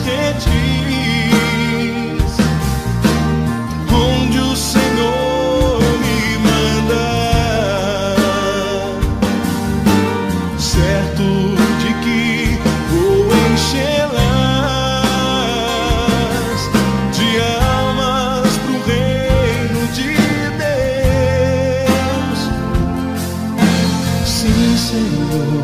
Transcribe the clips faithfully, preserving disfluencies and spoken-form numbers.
diz, onde o Senhor me manda, certo de que vou enchê-las de almas pro reino de Deus. Sim, Senhor,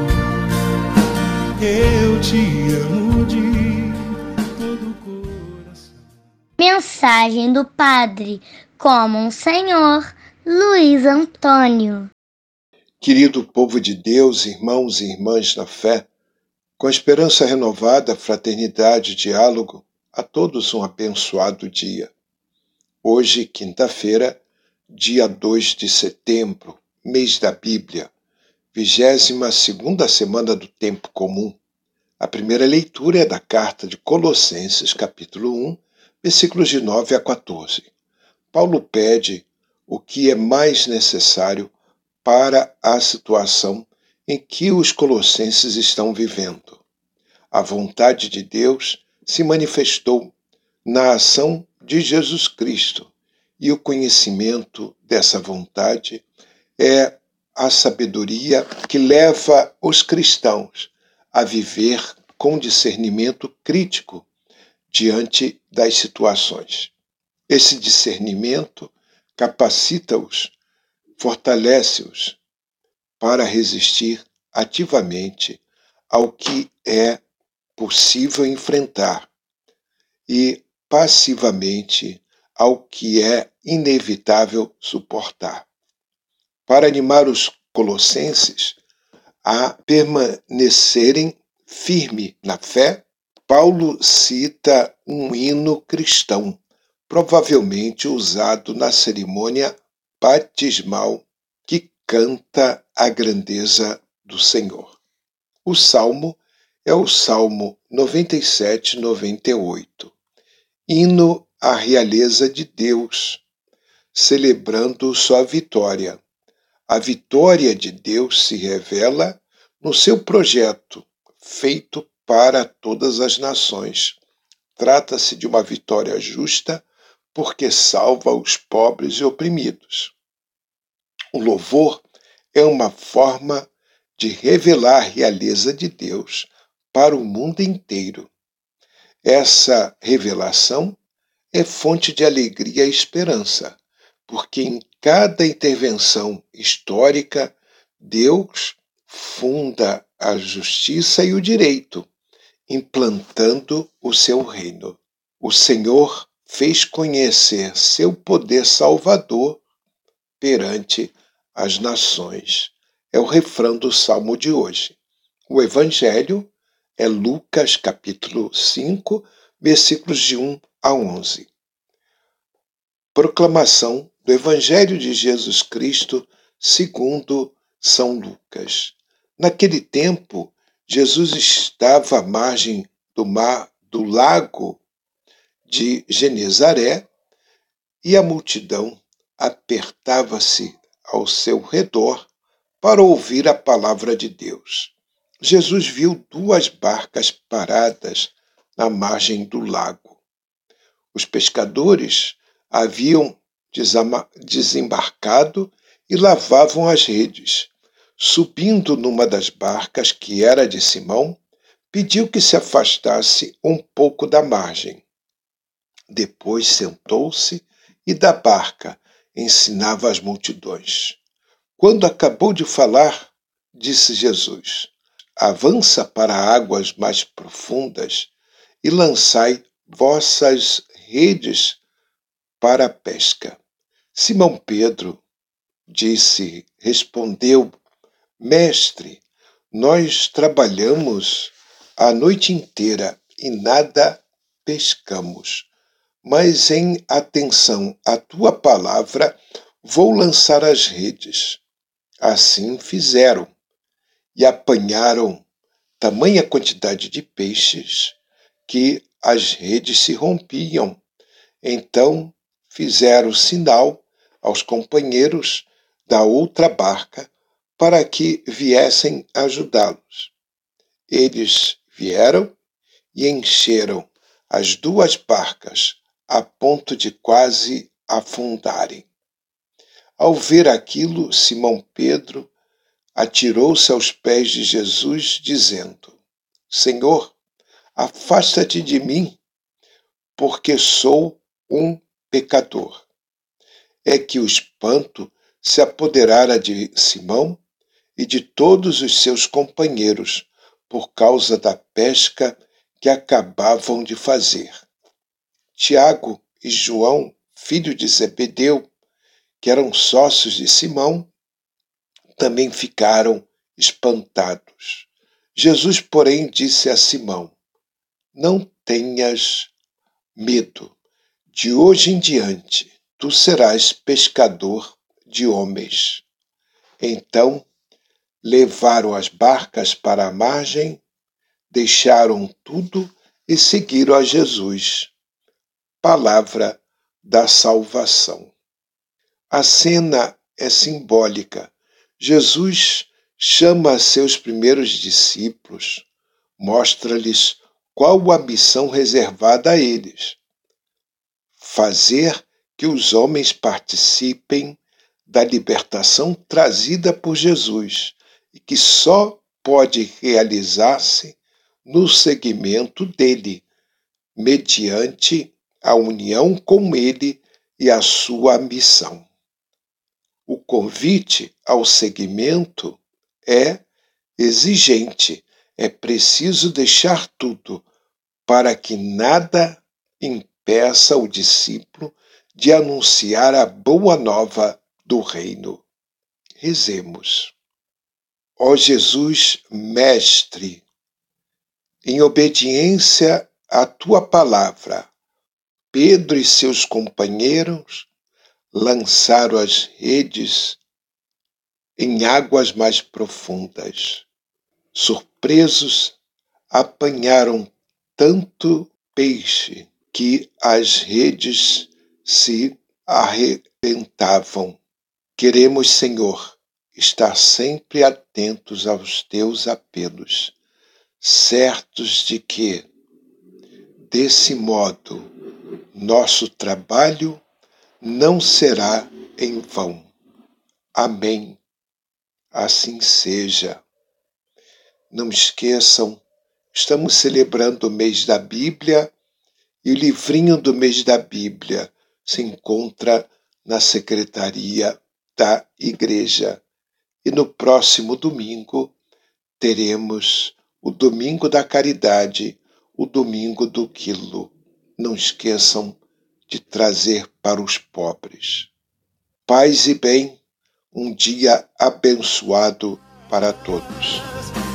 eu te amo de todo o coração. Mensagem do Padre Monsenhor Luiz Antônio. Querido povo de Deus, irmãos e irmãs na fé, com a esperança renovada, fraternidade e diálogo, a todos um abençoado dia. Hoje, quinta-feira, dia dois de setembro, mês da Bíblia, vigésima segunda semana do tempo comum. A primeira leitura é da carta de Colossenses, capítulo um, versículos de nove a quatorze. Paulo pede o que é mais necessário para a situação em que os colossenses estão vivendo. A vontade de Deus se manifestou na ação de Jesus Cristo, e o conhecimento dessa vontade é a sabedoria que leva os cristãos a viver com discernimento crítico diante das situações. Esse discernimento capacita-os, fortalece-os para resistir ativamente ao que é possível enfrentar e passivamente ao que é inevitável suportar. Para animar os colossenses a permanecerem firmes na fé, Paulo cita um hino cristão, provavelmente usado na cerimônia batismal, que canta a grandeza do Senhor. O salmo é o Salmo noventa e sete, noventa e oito, hino à realeza de Deus, celebrando sua vitória. A vitória de Deus se revela no seu projeto, feito para todas as nações. Trata-se de uma vitória justa, porque salva os pobres e oprimidos. O louvor é uma forma de revelar a realeza de Deus para o mundo inteiro. Essa revelação é fonte de alegria e esperança, porque em cada intervenção histórica, Deus funda a justiça e o direito, implantando o seu reino. O Senhor fez conhecer seu poder salvador perante as nações. É o refrão do salmo de hoje. O evangelho é Lucas, capítulo cinco, versículos de um a onze. Proclamação do Evangelho de Jesus Cristo segundo São Lucas. Naquele tempo, Jesus estava à margem do mar do lago de Genezaré, e a multidão apertava-se ao seu redor para ouvir a palavra de Deus. Jesus viu duas barcas paradas na margem do lago. Os pescadores haviam desembarcado e lavavam as redes. Subindo numa das barcas, que era de Simão, pediu que se afastasse um pouco da margem. Depois sentou-se e da barca ensinava as multidões. Quando acabou de falar, disse Jesus: avança para águas mais profundas e lançai vossas redes para a pesca. Simão Pedro disse, respondeu: Mestre, nós trabalhamos a noite inteira e nada pescamos, mas em atenção à tua palavra vou lançar as redes. Assim fizeram e apanharam tamanha quantidade de peixes que as redes se rompiam. Então fizeram sinal aos companheiros da outra barca para que viessem ajudá-los. Eles vieram e encheram as duas barcas a ponto de quase afundarem. Ao ver aquilo, Simão Pedro atirou-se aos pés de Jesus, dizendo: Senhor, afasta-te de mim, porque sou um pecador. É que o espanto se apoderara de Simão e de todos os seus companheiros por causa da pesca que acabavam de fazer. Tiago e João, filho de Zebedeu, que eram sócios de Simão, também ficaram espantados. Jesus, porém, disse a Simão: Não tenhas medo. De hoje em diante, tu serás pescador de homens. Então, levaram as barcas para a margem, deixaram tudo e seguiram a Jesus. Palavra da salvação. A cena é simbólica. Jesus chama seus primeiros discípulos, mostra-lhes qual a missão reservada a eles: fazer que os homens participem da libertação trazida por Jesus e que só pode realizar-se no seguimento dele, mediante a união com ele e a sua missão. O convite ao seguimento é exigente, é preciso deixar tudo para que nada impeça o discípulo de anunciar a boa nova do reino. Rezemos. Ó Jesus, Mestre, em obediência à tua palavra, Pedro e seus companheiros lançaram as redes em águas mais profundas. Surpresos, apanharam tanto peixe que as redes se arrebentavam. Queremos, Senhor, estar sempre atentos aos teus apelos, certos de que, desse modo, nosso trabalho não será em vão. Amém. Assim seja. Não esqueçam, estamos celebrando o mês da Bíblia e o livrinho do mês da Bíblia se encontra na secretaria da igreja. E no próximo domingo teremos o Domingo da Caridade, o Domingo do Quilo. Não esqueçam de trazer para os pobres. Paz e bem, um dia abençoado para todos.